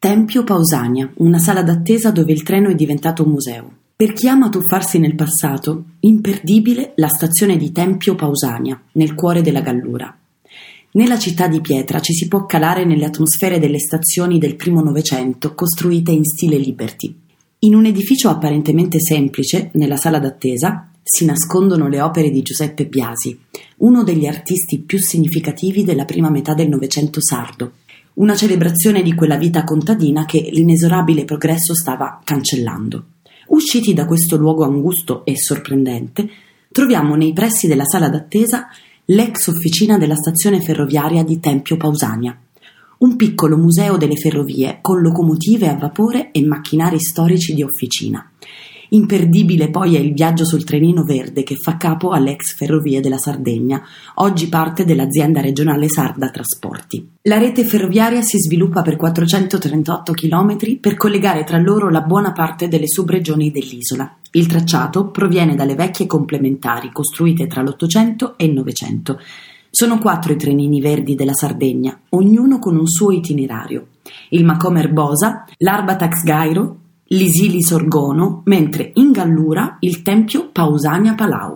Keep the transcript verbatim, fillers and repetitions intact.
Tempio Pausania, una sala d'attesa dove il treno è diventato un museo. Per chi ama tuffarsi nel passato, imperdibile la stazione di Tempio Pausania, nel cuore della Gallura. Nella città di pietra ci si può calare nelle atmosfere delle stazioni del primo Novecento costruite in stile Liberty. In un edificio apparentemente semplice, nella sala d'attesa, si nascondono le opere di Giuseppe Biasi, uno degli artisti più significativi della prima metà del Novecento sardo. Una celebrazione di quella vita contadina che l'inesorabile progresso stava cancellando. Usciti da questo luogo angusto e sorprendente, troviamo nei pressi della sala d'attesa l'ex officina della stazione ferroviaria di Tempio Pausania, un piccolo museo delle ferrovie con locomotive a vapore e macchinari storici di officina. Imperdibile poi è il viaggio sul trenino verde che fa capo alle ex ferrovie della Sardegna, oggi parte dell'azienda regionale sarda Trasporti. La rete ferroviaria si sviluppa per quattrocentotrentotto chilometri per collegare tra loro la buona parte delle subregioni dell'isola. Il tracciato proviene dalle vecchie complementari costruite tra l'Ottocento e il Novecento. Sono quattro i trenini verdi della Sardegna, ognuno con un suo itinerario. Il Macomer Bosa, l'Arbatax Gairo, l'Isili Sorgono, mentre in Gallura il Tempio Pausania Palau.